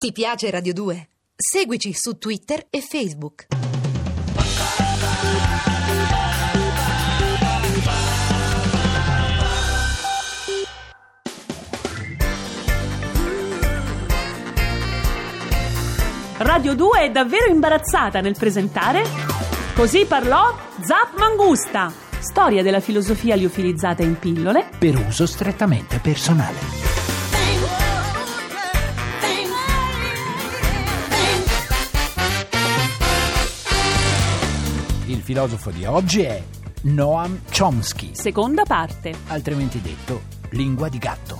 Ti piace Radio 2? Seguici su Twitter e Facebook. Radio 2 è davvero imbarazzata nel presentare Così parlò Zap Mangusta, storia della filosofia liofilizzata in pillole per uso strettamente personale. Il filosofo di oggi è Noam Chomsky, seconda parte, altrimenti detto lingua di gatto.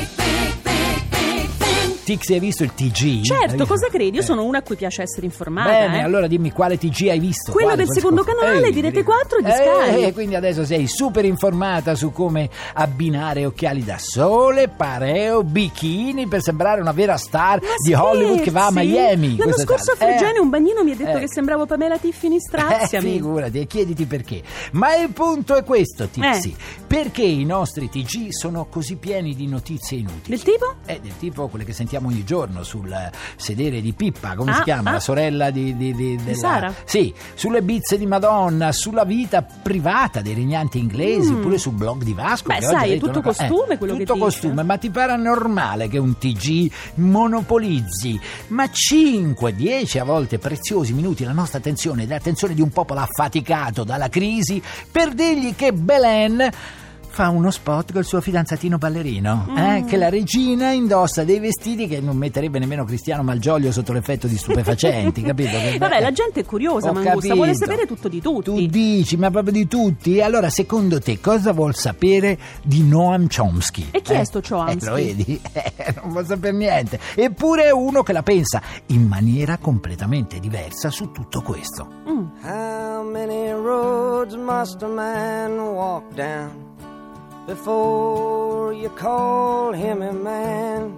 Tixi, hai visto il TG? Certo, cosa credi? Io sono una a cui piace essere informata. Bene, allora dimmi quale TG hai visto. Quello del secondo canale di Rete 4 e di Sky. Quindi adesso sei super informata su come abbinare occhiali da sole, pareo, bikini per sembrare una vera star di Hollywood che va a Miami. L'anno scorso a Fregene un bagnino mi ha detto che sembravo Pamela Tiffany Straziami. Figurati, e chiediti perché. Ma il punto è questo, Tixi. Perché i nostri TG sono così pieni di notizie inutili? Del tipo? Del tipo quelle che sentiamo ogni giorno sul sedere di Pippa, come si chiama? La sorella di Sara? Sì, sulle bizze di Madonna, sulla vita privata dei regnanti inglesi, oppure sul blog di Vasco. Beh, che sai, oggi è tutto costume quello che tutto dice. costume, ma ti pare normale che un TG monopolizzi ma 5-10 a volte preziosi minuti la nostra attenzione e l'attenzione di un popolo affaticato dalla crisi per dirgli che Belen fa uno spot col suo fidanzatino ballerino, che la regina indossa dei vestiti che non metterebbe nemmeno Cristiano Malgioglio sotto l'effetto di stupefacenti, capito? Vabbè, la gente è curiosa, Mangusta, vuole sapere tutto di tutti. Tu dici, ma proprio di tutti? Allora, secondo te, cosa vuol sapere di Noam Chomsky? E chi è sto Chomsky? Lo vedi? Non vuol sapere niente. Eppure è uno che la pensa in maniera completamente diversa su tutto questo. How many roads must a man walk down before you call him a man?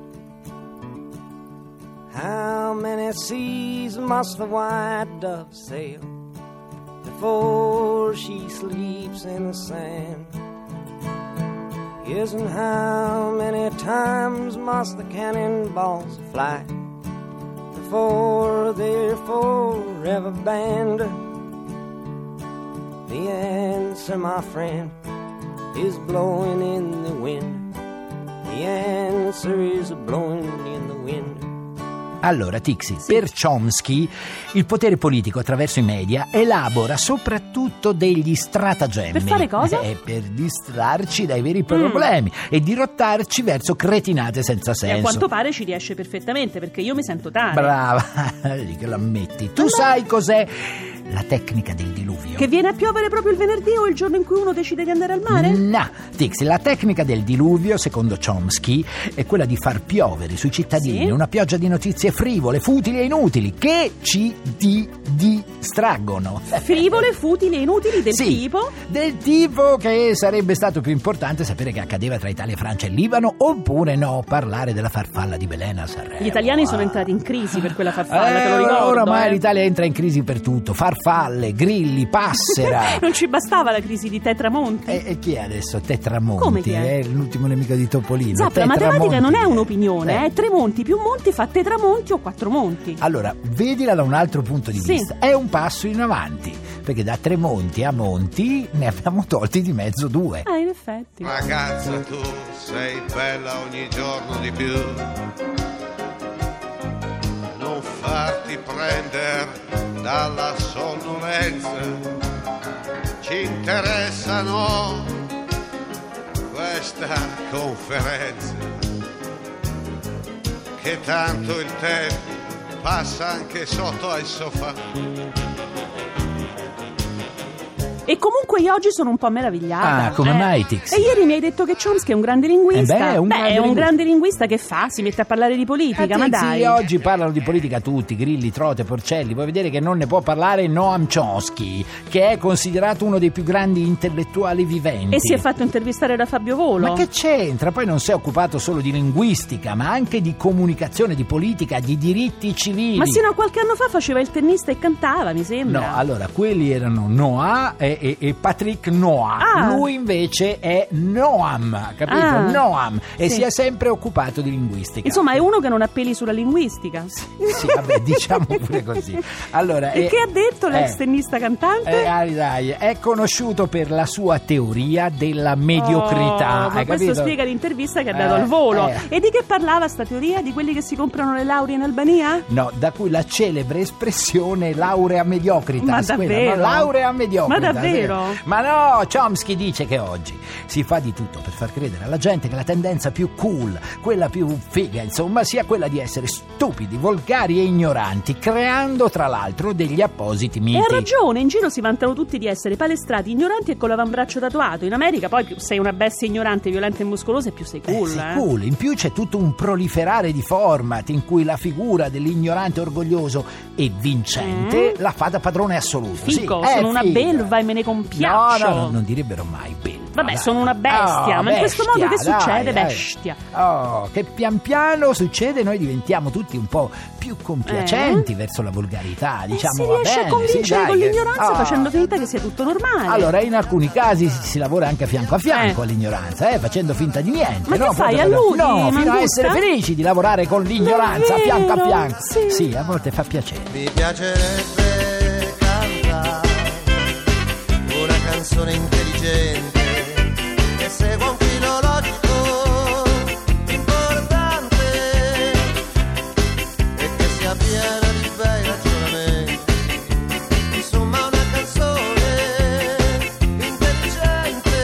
How many seas must the white dove sail before she sleeps in the sand? Yes, and how many times must the cannonballs fly before they're forever banned? The answer, my friend, is blowing in the wind. The answer is blowing in the wind. Allora, Tixi, per Chomsky il potere politico attraverso i media elabora soprattutto degli stratagemmi. Per fare cosa? Per distrarci dai veri problemi e dirottarci verso cretinate senza senso. E a quanto pare ci riesce perfettamente, perché io mi sento tale. Brava, lì che lo ammetti. Tu sai cos'è la tecnica del diluvio? Che viene a piovere proprio il venerdì o il giorno in cui uno decide di andare al mare? No, Tixi, la tecnica del diluvio, secondo Chomsky, è quella di far piovere sui cittadini una pioggia di notizie frivole, futili e inutili che ci distraggono. Frivole, futili e inutili del tipo? Del tipo che sarebbe stato più importante sapere che accadeva tra Italia, Francia e Libano, oppure no, parlare della farfalla di Belen a Sanremo. Gli italiani sono entrati in crisi per quella farfalla, te lo ricordo. Oramai l'Italia entra in crisi per tutto, farfalle, grilli, passera. Non ci bastava la crisi di Tetramonti? E chi è adesso Tetramonti? Come chi è? È l'ultimo nemico di Topolino. Zap, la matematica non è un'opinione, è 3 monti più monti fa Tetramonti o 4 monti. Allora, vedila da un altro punto di vista. È un passo in avanti, perché da 3 monti a monti ne abbiamo tolti di mezzo 2. In effetti. Ragazza, tu sei bella ogni giorno di più. Non farti prendere dalla sonnolenza. Ci interessano questa conferenza, che tanto il tempo passa anche sotto al sofà. E comunque io oggi sono un po' meravigliata. Come mai, Tixi? E ieri mi hai detto che Chomsky è un grande linguista. È un grande linguista che fa? Si mette a parlare di politica, ma Tixi, dai. oggi parlano di politica tutti, grilli, trote, porcelli. Vuoi vedere che non ne può parlare Noam Chomsky, che è considerato uno dei più grandi intellettuali viventi. E si è fatto intervistare da Fabio Volo. Ma che c'entra? Poi non si è occupato solo di linguistica, ma anche di comunicazione, di politica, di diritti civili. Ma sino a qualche anno fa faceva il tennista e cantava, mi sembra. No, allora, quelli erano Noah e è Patrick Noah. Lui invece è Noam, capito? Noam, e sì, si è sempre occupato di linguistica. Insomma, è uno che non ha peli sulla linguistica. Sì, vabbè, diciamo pure così. Allora, e che ha detto l'ex tennista cantante? Dai, è conosciuto per la sua teoria della mediocrità. Ma questo spiega l'intervista che ha dato al Volo. E di che parlava sta teoria? Di quelli che si comprano le lauree in Albania? No, da cui la celebre espressione laurea mediocritas. Ma davvero? Laurea mediocritas. Ma davvero? Ma no, Chomsky dice che oggi si fa di tutto per far credere alla gente che la tendenza più cool, quella più figa, insomma, sia quella di essere stupidi, volgari e ignoranti, creando tra l'altro degli appositi miti. E ha ragione, in giro si vantano tutti di essere palestrati, ignoranti e con l'avambraccio tatuato. In America poi più sei una bestia ignorante, violenta e muscolosa e più sei cool. Sei cool. In più c'è tutto un proliferare di format in cui la figura dell'ignorante orgoglioso e vincente la fa da padrone assoluto. Fico, sì, sono una belva e me ne compiaccio. No, non direbbero mai belva. Vabbè, sono una bestia, ma in questo modo che succede? Bestia. Che pian piano succede, noi diventiamo tutti un po' più compiacenti verso la volgarità, diciamo. Si riesce a convincere con l'ignoranza facendo finta che sia tutto normale. Allora, in alcuni casi si lavora anche a fianco all'ignoranza, facendo finta di niente. Ma no? che fai, alludi? No, fino a essere felici di lavorare con l'ignoranza fianco a fianco. Sì, a volte fa piacere. Mi piacerebbe cantare una canzone intelligente che segua un filo logico importante e che sia piena di bei ragionamenti. Insomma, una canzone intelligente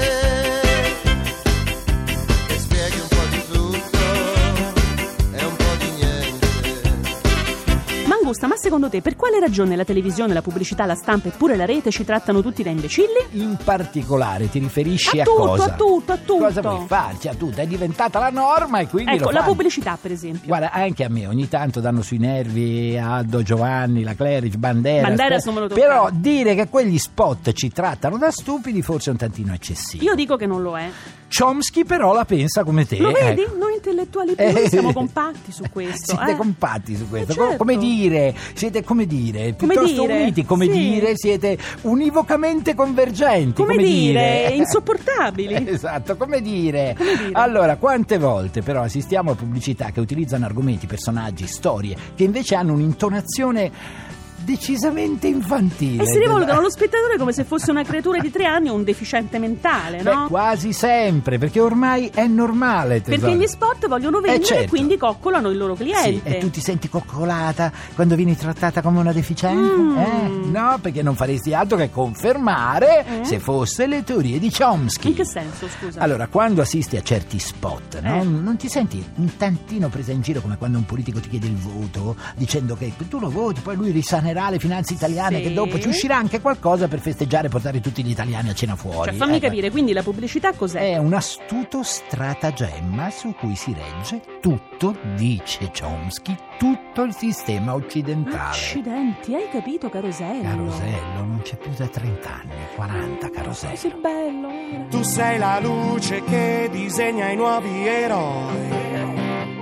che spieghi un po' di tutto e un po' di niente. Mangusta, ma secondo te per quale ragione la televisione, la pubblicità, la stampa e pure la rete ci trattano tutti da imbecilli? In particolare ti riferisci a cosa? A tutto. Cosa vuoi farci? A tutto, è diventata la norma e quindi ecco, lo la fanno. Pubblicità per esempio. Guarda, anche a me ogni tanto danno sui nervi Aldo, Giovanni, la Clerici, Banderas non me lo toccare. però dire che quegli spot ci trattano da stupidi forse è un tantino eccessivo. Io dico che non lo è. Chomsky però la pensa come te. Lo vedi? Noi intellettuali più siamo compatti su questo. Siete compatti su questo. Certo. Come dire, siete piuttosto uniti, dire, siete univocamente convergenti. Come dire, insopportabili. Esatto, come dire. Allora, quante volte però assistiamo a pubblicità che utilizzano argomenti, personaggi, storie che invece hanno un'intonazione decisamente infantile e si rivolgono allo spettatore come se fosse una creatura di 3 anni o un deficiente mentale, no? Beh, quasi sempre, perché ormai è normale, tesoro. Perché gli spot vogliono vendere certo. e quindi coccolano il loro cliente. Sì, e tu ti senti coccolata quando vieni trattata come una deficiente? No, perché non faresti altro che confermare se fosse le teorie di Chomsky. In che senso, scusa? Allora, quando assisti a certi spot, no? Non ti senti un tantino presa in giro come quando un politico ti chiede il voto dicendo che tu lo voti, poi lui risanerà le finanze italiane, che dopo ci uscirà anche qualcosa per festeggiare e portare tutti gli italiani a cena fuori. Cioè, fammi capire, quindi la pubblicità cos'è? È un astuto stratagemma su cui si regge tutto, dice Chomsky, tutto il sistema occidentale. Accidenti, hai capito, Carosello? Carosello, non c'è più da 30 anni, 40 Carosello. Così bello. Tu sei la luce che disegna i nuovi eroi.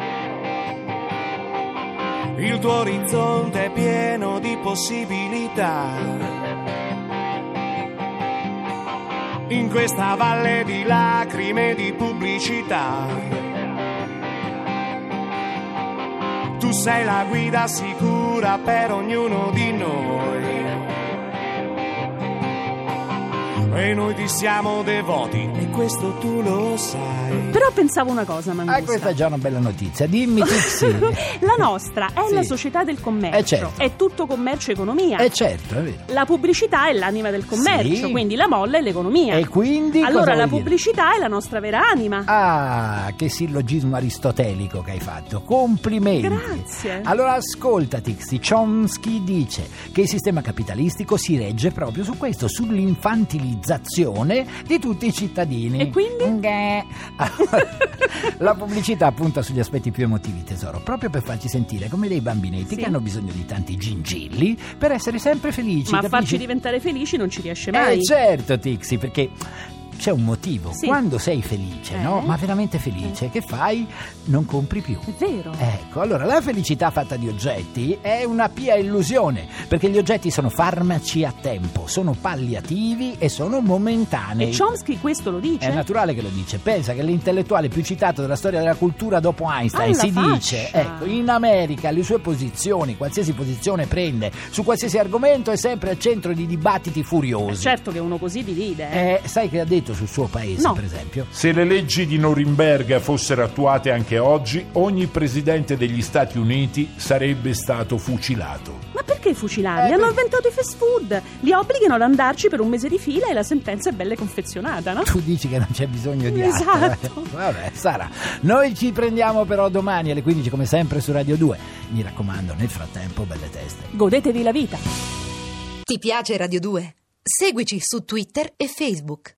Il tuo orizzonte è pieno di possibilità. In questa valle di lacrime e di pubblicità. Tu sei la guida sicura per ognuno di noi. E noi ti siamo devoti, e questo tu lo sai. Però pensavo una cosa, Mangusta. Questa è già una bella notizia. Dimmi, Tixi. La nostra è la società del commercio. Certo. È tutto commercio e economia. Certo, è vero. La pubblicità è l'anima del commercio, quindi la molla è l'economia. E quindi allora la vuol pubblicità è la nostra vera anima. Ah, che sillogismo aristotelico che hai fatto. Complimenti. Grazie. Allora ascolta, Tixi. Chomsky dice che il sistema capitalistico si regge proprio su questo, sull'infantilizzazione di tutti i cittadini. E quindi? La pubblicità punta sugli aspetti più emotivi, tesoro, proprio per farci sentire come dei bambinetti che hanno bisogno di tanti gingilli per essere sempre felici. Ma capisci? farci diventare felici non ci riesce mai. Certo, Tixi, perché c'è un motivo. Sì. Quando sei felice, no? Ma veramente felice, che fai? Non compri più. È vero. Ecco, allora la felicità fatta di oggetti è una pia illusione, perché gli oggetti sono farmaci a tempo, sono palliativi e sono momentanei. E Chomsky questo lo dice? È naturale che lo dice. Pensa che l'intellettuale più citato della storia della cultura dopo Einstein Alla si faccia. dice, ecco, in America le sue posizioni, qualsiasi posizione prende su qualsiasi argomento, è sempre al centro di dibattiti furiosi. Certo che uno così divide. Sai che ha detto sul suo paese, No. per esempio? Se le leggi di Norimberga fossero attuate anche oggi, ogni presidente degli Stati Uniti sarebbe stato fucilato. Ma perché fucilarli? Hanno inventato i fast food. Li obbligano ad andarci per un mese di fila e la sentenza è bella confezionata, no? Tu dici che non c'è bisogno di Esatto. altro. Vabbè, sarà. Noi ci prendiamo però domani alle 15 come sempre su Radio 2. Mi raccomando, nel frattempo, belle teste. Godetevi la vita. Ti piace Radio 2? Seguici su Twitter e Facebook.